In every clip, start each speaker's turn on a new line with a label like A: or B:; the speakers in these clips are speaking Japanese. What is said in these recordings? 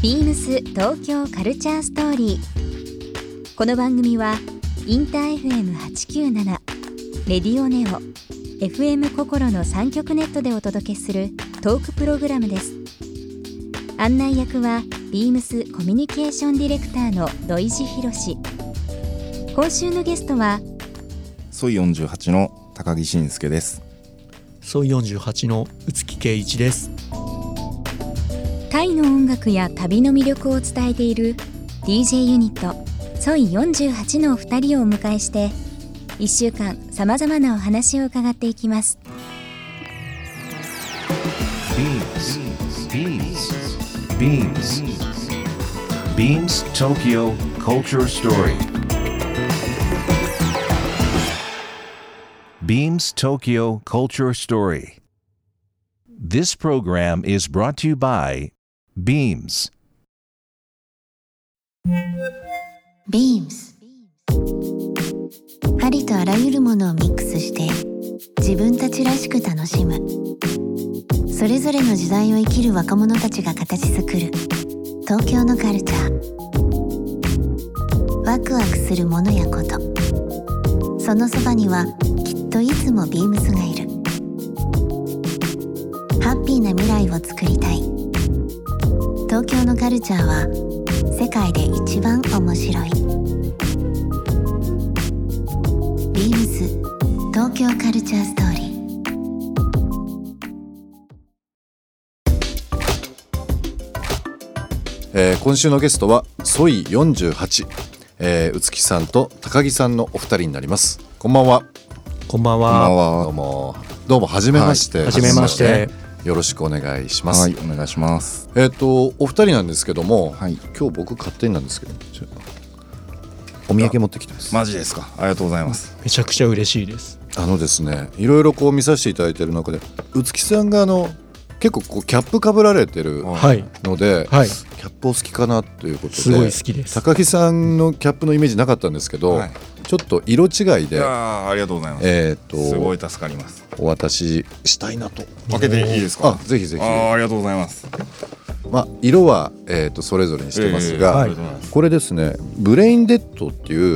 A: ビームス東京カルチャーストーリー。この番組はインター FM897 レディオネオ FM 心の3極ネットでお届けするトークプログラムです。案内役はビームスコミュニケーションディレクターの土井博志。今週のゲストは
B: ソイ48の高木慎介です。
C: ソイ48の宇月圭一です。
A: タイの音楽や旅の魅力を伝えている DJ ユニットソイ48のお二人をお迎えして1週間さまざまなお話を伺っていきます。
D: Beams Tokyo Culture Story. Beams Tokyo Culture Story. This program is brought to you by Beams.
E: Beams ありとあらゆるものをミックスして自分たちらしく楽しむ、それぞれの時代を生きる若者たちが形作る東京のカルチャー。ワクワクするものやこと、そのそばにはきっといつもビームスがいる。ハッピーな未来を作りたい。東京のカルチャーは世界で一番面白い。ビームス東京カルチャーストーリ
F: ー。今週のゲストはソイ48、宇月さんと高木さんのお二人になります。こんばんは。
C: こんばんは。
F: どうも初めまして、
C: はじめまして。
F: よろしくお願いします。
B: はい、お願いします。
F: お二人なんですけども、
B: はい、
F: 今日僕勝手になんですけどお土産持ってきてます。
B: マジですか。ありがとうございます。
C: めちゃくちゃ嬉しいです。
F: ですね、いろいろこう見させていただいている中で宇月さんが結構こうキャップかぶられてるので、
C: はい、
F: キャップお好きかなということで、
C: すごい好きです。
F: 高木さんのキャップのイメージなかったんですけど、はい、ちょっと色違いで、
B: ありがとうございます。すごい助かります。
F: お渡ししたいなと。
B: 開けていいですか。
F: ぜひぜひ。
B: ありがとうございます。
F: 色は、それぞれにしてますが、これですね、ブレインデッドっていう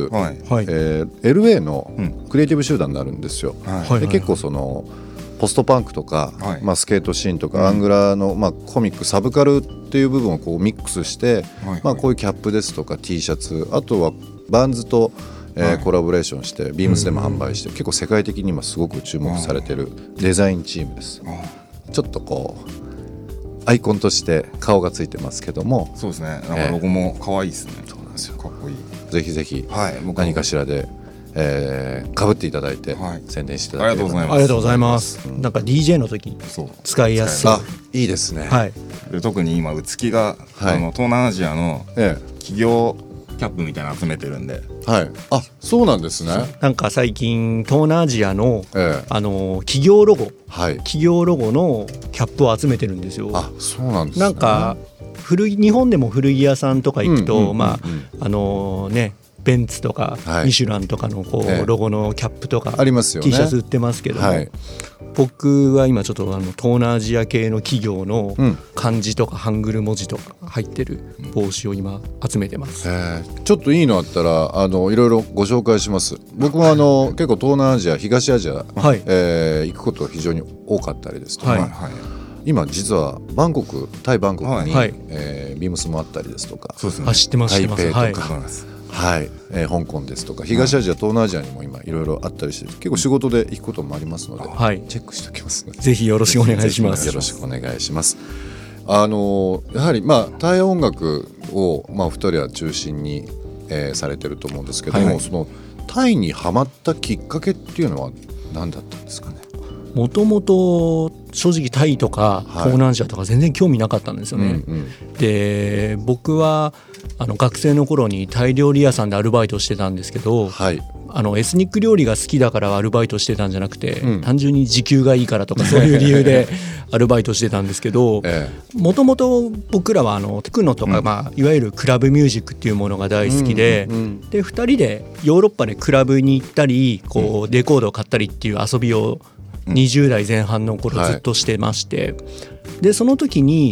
F: 、LA のクリエイティブ集団になるんですよ。で結構そのポストパンクとか、スケートシーンとか、アングラーの、コミックサブカルっていう部分をこうミックスして、こういうキャップですとか T シャツ、あとはバンズとコラボレーションしてビームスでも販売して、結構世界的に今すごく注目されてるデザインチームです。ちょっとこうアイコンとして顔がついてますけども、
B: そうですね、なんかロゴも可愛いですね。
F: そうなんですよ。
B: かっこいい。
F: ぜひぜひ何かしらで被っていただいて、宣伝していただければ。
C: ありがとうございます。なんか DJ の時使いやすそう。
F: いいですね。
B: で特に今宇月が、東南アジアの企業キャップみたいなの集めてるんで、
F: そうなんですね。
C: なんか最近東南アジアの、企業ロゴ、企業ロゴのキャップを集めてるんですよ。
F: そうなんですね。
C: なんか日本でも古着屋さんとか行くと、ベンツとかミシュランとかのこうロゴのキャップとか T シャツ売ってますけども、僕は今ちょっと東南アジア系の企業の漢字とかハングル文字とか入ってる帽子を今集めてます。
F: ちょっといいのあったらいろいろご紹介します。僕も結構東南アジア、東アジア、行くことが非常に多かったりですとか、今実はタイバンコクに、ビームスもあったりですとか、
C: 知ってます、
F: 台北とか、香港ですとか、東アジア、東南アジアにも今いろいろあったりして、結構仕事で行くこともありますので、チェックしておきますので、
C: ぜひよろしくお願いします。
F: よろしくお願いします。やはりタイ音楽をお二人は中心に、されてると思うんですけども、そのタイにハマったきっかけっていうのは何だったんですかね。
C: もともと正直タイとか東南アジアとか全然興味なかったんですよね。で僕は学生の頃にタイ料理屋さんでアルバイトしてたんですけど、エスニック料理が好きだからアルバイトしてたんじゃなくて、単純に時給がいいからとかそういう理由でアルバイトしてたんですけど、もともと僕らはテクノとか、いわゆるクラブミュージックっていうものが大好きで、で2人でヨーロッパでクラブに行ったりこうレコードを買ったりっていう遊びを20代前半の頃ずっとしてまして、でその時に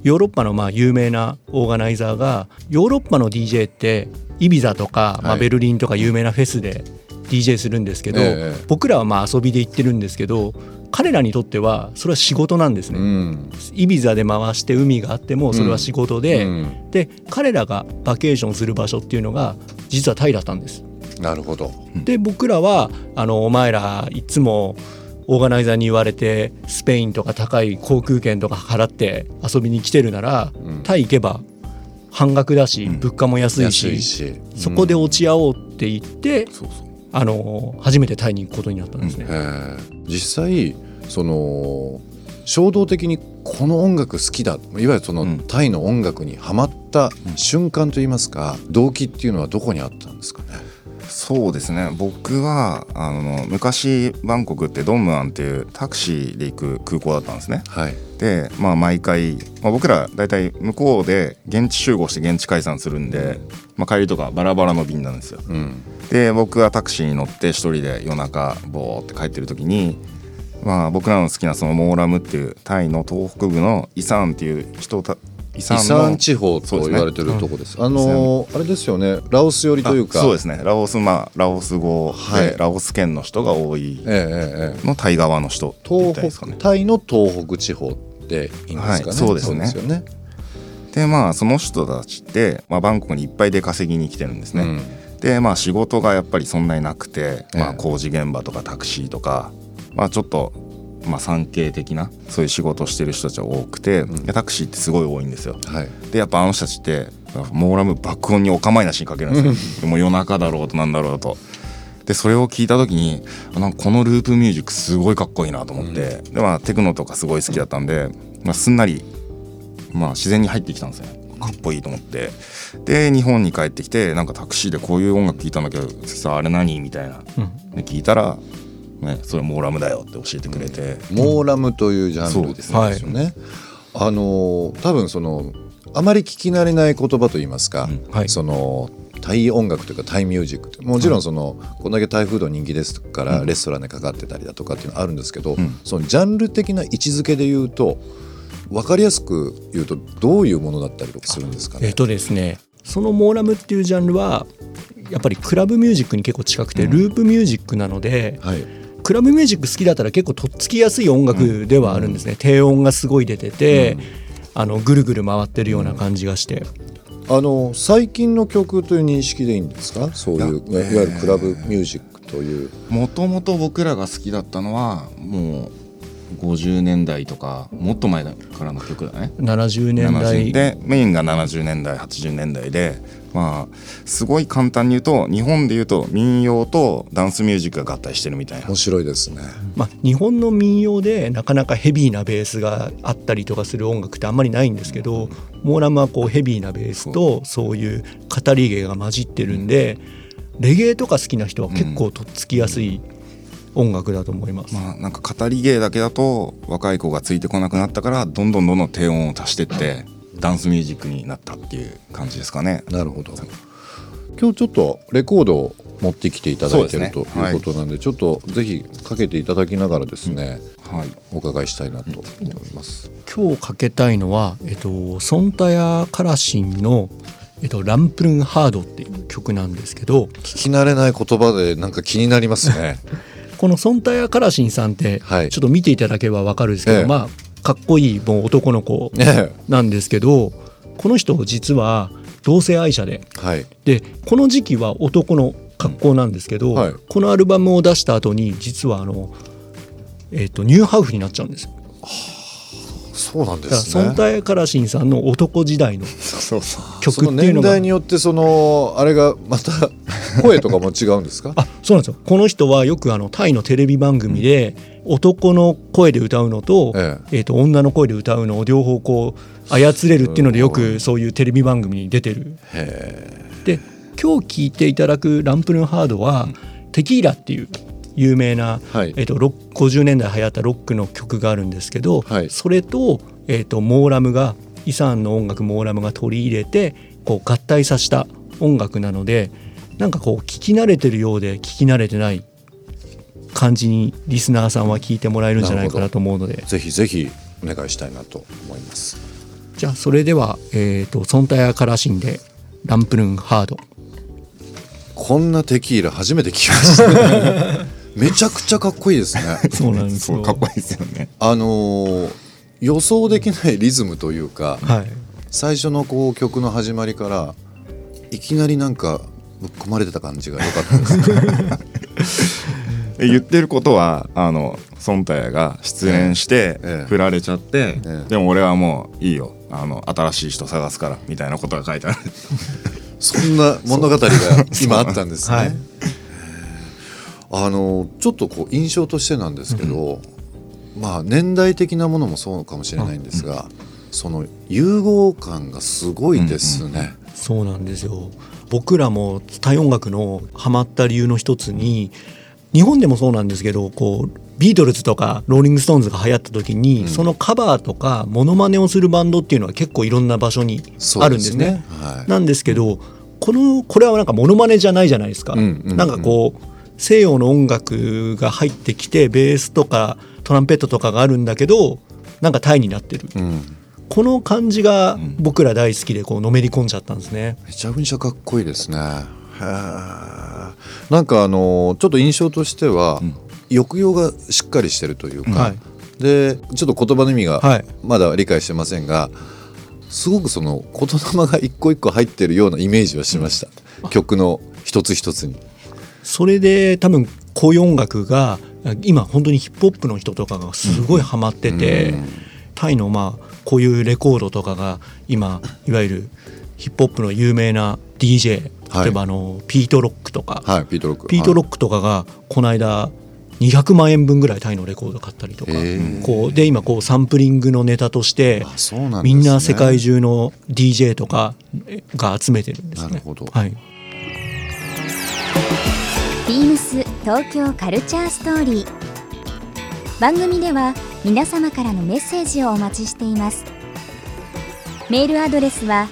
C: ヨーロッパの有名なオーガナイザーが、ヨーロッパの DJ ってイビザとか、ベルリンとか有名なフェスで DJ するんですけど、僕らは遊びで行ってるんですけど、彼らにとってはそれは仕事なんですね、イビザで回して海があってもそれは仕事で、で彼らがバケーションする場所っていうのが実はタイだったんです。
F: なるほど。
C: で僕らはお前らいつもオーガナイザーに言われてスペインとか高い航空券とか払って遊びに来てるなら、タイ行けば半額だし、物価も安いし、そこで落ち合おうって言って、初めてタイに行くことになったんですね。
F: 実際衝動的にこの音楽好きだ、いわゆるタイの音楽にハマった瞬間といいますか、動機っていうのはどこにあったんですかね。
B: そうですね、僕は昔バンコクってドンムアンっていうタクシーで行く空港だったんですね、で、毎回、僕らだいたい向こうで現地集合して現地解散するんで、帰りとかバラバラの便なんですよ、で僕はタクシーに乗って一人で夜中ボーって帰ってる時に、僕らの好きなそのモーラムっていうタイの東北部のイサーンっていうイサーン地方と言われてるとこです。あれですよね、ラオス寄りというか。そうですね、ラオス語で、ラオス圏の人が多いのタイ側の人って言ったらいいですかね。
F: タイの東北地方っていいんですかね。
B: そうですね。でその人たちって、バンコクにいっぱい出稼ぎに来てるんですね、で仕事がやっぱりそんなになくて、工事現場とかタクシーとか、ちょっと産経的なそういう仕事をしてる人たちは多くて、タクシーってすごい多いんですよ、でやっぱあの人たちってモーラム爆音にお構いなしにかけるんですよでも夜中だろうとなんだろうと。でそれを聞いた時にこのループミュージックすごいかっこいいなと思って、でテクノとかすごい好きだったんで、すんなり自然に入ってきたんですよ。かっこいいと思って、で日本に帰ってきてタクシーでこういう音楽聴いたんだけどさあれ何みたいな、で聞いたらそれモーラムだよって教えてくれて、
F: モーラムというジャンルですよね。多分あまり聞き慣れない言葉といいますか、タイ音楽というかタイミュージックってもちろんこんだけタイフード人気ですからレストランでかかってたりだとかっていうのはあるんですけど、そのジャンル的な位置づけで言うと分かりやすく言うとどういうものだったりとかするんですかね。
C: ですね、そのモーラムっていうジャンルはやっぱりクラブミュージックに結構近くて、ループミュージックなので、クラブミュージック好きだったら結構とっつきやすい音楽ではあるんですね、低音がすごい出てて、ぐるぐる回ってるような感じがして、
F: 最近の曲という認識でいいんですか。そういういわゆるクラブミュージックという、
B: もともと僕らが好きだったのはもう50年代とかもっと前からの曲だね。
C: 70年代
B: でメインが70年代80年代ですごい簡単に言うと日本で言うと民謡とダンスミュージックが合体してるみたいな。
F: 面白いですね。
C: 日本の民謡でなかなかヘビーなベースがあったりとかする音楽ってあんまりないんですけど、モーラムはヘビーなベースとそういう語り芸が混じってるんで、レゲエとか好きな人は結構とっつきやすい音楽だと思います。
B: 語り芸だけだと若い子がついてこなくなったから、どんどん低音を足してってダンスミュージックになったっていう感じですかね。
F: なるほど。今日ちょっとレコードを持ってきていただいているということなんで、ちょっとぜひかけていただきながらですね、お伺いしたいなと思います。
C: 今日かけたいのは、ソンタヤカラシンのランプルンハードっていう曲なんですけど、
F: 聞き慣れない言葉で気になりますね
C: このソンタヤカラシンさんって、ちょっと見ていただければ分かるんですけど、かっこいいもう男の子なんですけど、この人実は同性愛者で、でこの時期は男の格好なんですけど、このアルバムを出した後に実はニューハーフになっちゃうんですよ。
F: そうなんですね。
C: ソンタヤカラシンさんの男時代の曲っていうのが、
F: 年代によってあれがまた声とかも違うんですか
C: そうなんですよ。この人はよくタイのテレビ番組で男の声で歌うのと、女の声で歌うのを両方操れるっていうのでよくそういうテレビ番組に出てる。で今日聴いていただくランプルンハードは、テキーラっていう有名な、50年代流行ったロックの曲があるんですけど、それと、モーラムがイサーンの音楽モーラムが取り入れて合体させた音楽なので、聞き慣れてるようで聞き慣れてない感じにリスナーさんは聞いてもらえるんじゃないかなと思うので、
F: ぜひぜひお願いしたいなと思います。
C: じゃあそれでは、ソンタヤからしんでランプルンハード。
F: こんなテキーラ初めて聞きましためちゃくちゃかっこいいですね
C: そうなんですよ。
B: かっこいいですよね。
F: 予想できないリズムというか、
C: はい、
F: 最初のこう曲の始まりからいきなりなんかぶっ込まれてた感じが良かったです
B: 言ってることはソンタヤが失恋して振られちゃって、でも俺はもういいよ新しい人探すからみたいなことが書いてある
F: そんな物語が今あったんですね、はい、ちょっとこう印象としてなんですけど、まあ年代的なものもそうかもしれないんですが、その融合感がすごいですね、
C: そうなんですよ。僕らもタイ音楽のハマった理由の一つに、日本でもそうなんですけど、こうビートルズとかローリングストーンズが流行った時に、そのカバーとかモノマネをするバンドっていうのは結構いろんな場所にあるんですね。はい、なんですけどこれはなんかモノマネじゃないじゃないですか。なんかこう西洋の音楽が入ってきてベースとかトランペットとかがあるんだけど、なんかタイになってる、この感じが僕ら大好きでこうのめり込んじゃったんですね。
F: めちゃくちゃかっこいいですね。なんかちょっと印象としては、抑揚がしっかりしてるというか、でちょっと言葉の意味がまだ理解してませんが、すごくその言霊が一個一個入ってるようなイメージはしました、曲の一つ一つに。
C: それで多分こういう音楽が今本当にヒップホップの人とかがすごいハマってて、タイのこういうレコードとかが今いわゆるヒップホップの有名な DJ、例えばピートロックとか、ピートロックとかがこの間200万円分ぐらいタイのレコード買ったりとか、こうで今こうサンプリングのネタとしてみんな世界中の DJ とかが集めてるんですね。
F: なるほど、
C: はい。
A: ビームス東京カルチャーストーリー。番組では皆様からのメッセージをお待ちしています。メールアドレスは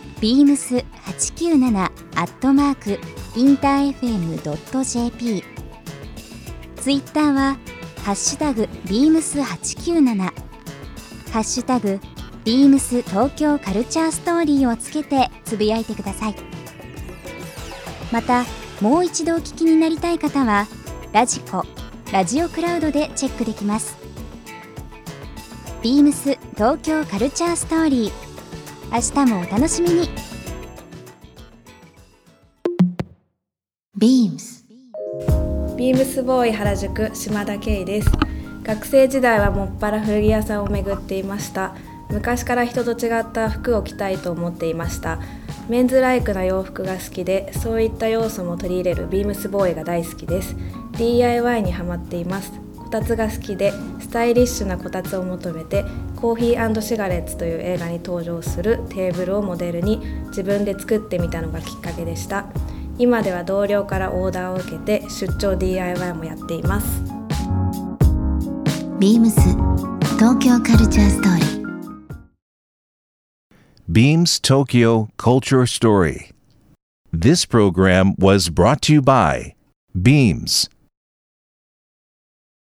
A: beams897@interfm.jp、 ツイッターはハッシュタグ beams897、 ハッシュタグ beams 東京カルチャーストーリーをつけてつぶやいてください。またもう一度お聞きになりたい方はラジコ、ラジオクラウドでチェックできます。ビームス東京カルチャーストーリー、明日もお楽しみに。
E: ビームス
G: ボーイ原宿島田圭です。学生時代はもっぱら古着屋さんを巡っていました。昔から人と違った服を着たいと思っていました。メンズライクな洋服が好きで、そういった要素も取り入れるビームスボーイが大好きです。 DIY にハマっています。こたつが好きで、スタイリッシュなこたつを求めてコーヒー&シガレッツという映画に登場するテーブルをモデルに自分で作ってみたのがきっかけでした。今では同僚からオーダーを受けて出張 DIY もやっています。
E: ビームス東京カルチャーストーリー。
D: Beams Tokyo Culture Story. This program was brought to you by Beams.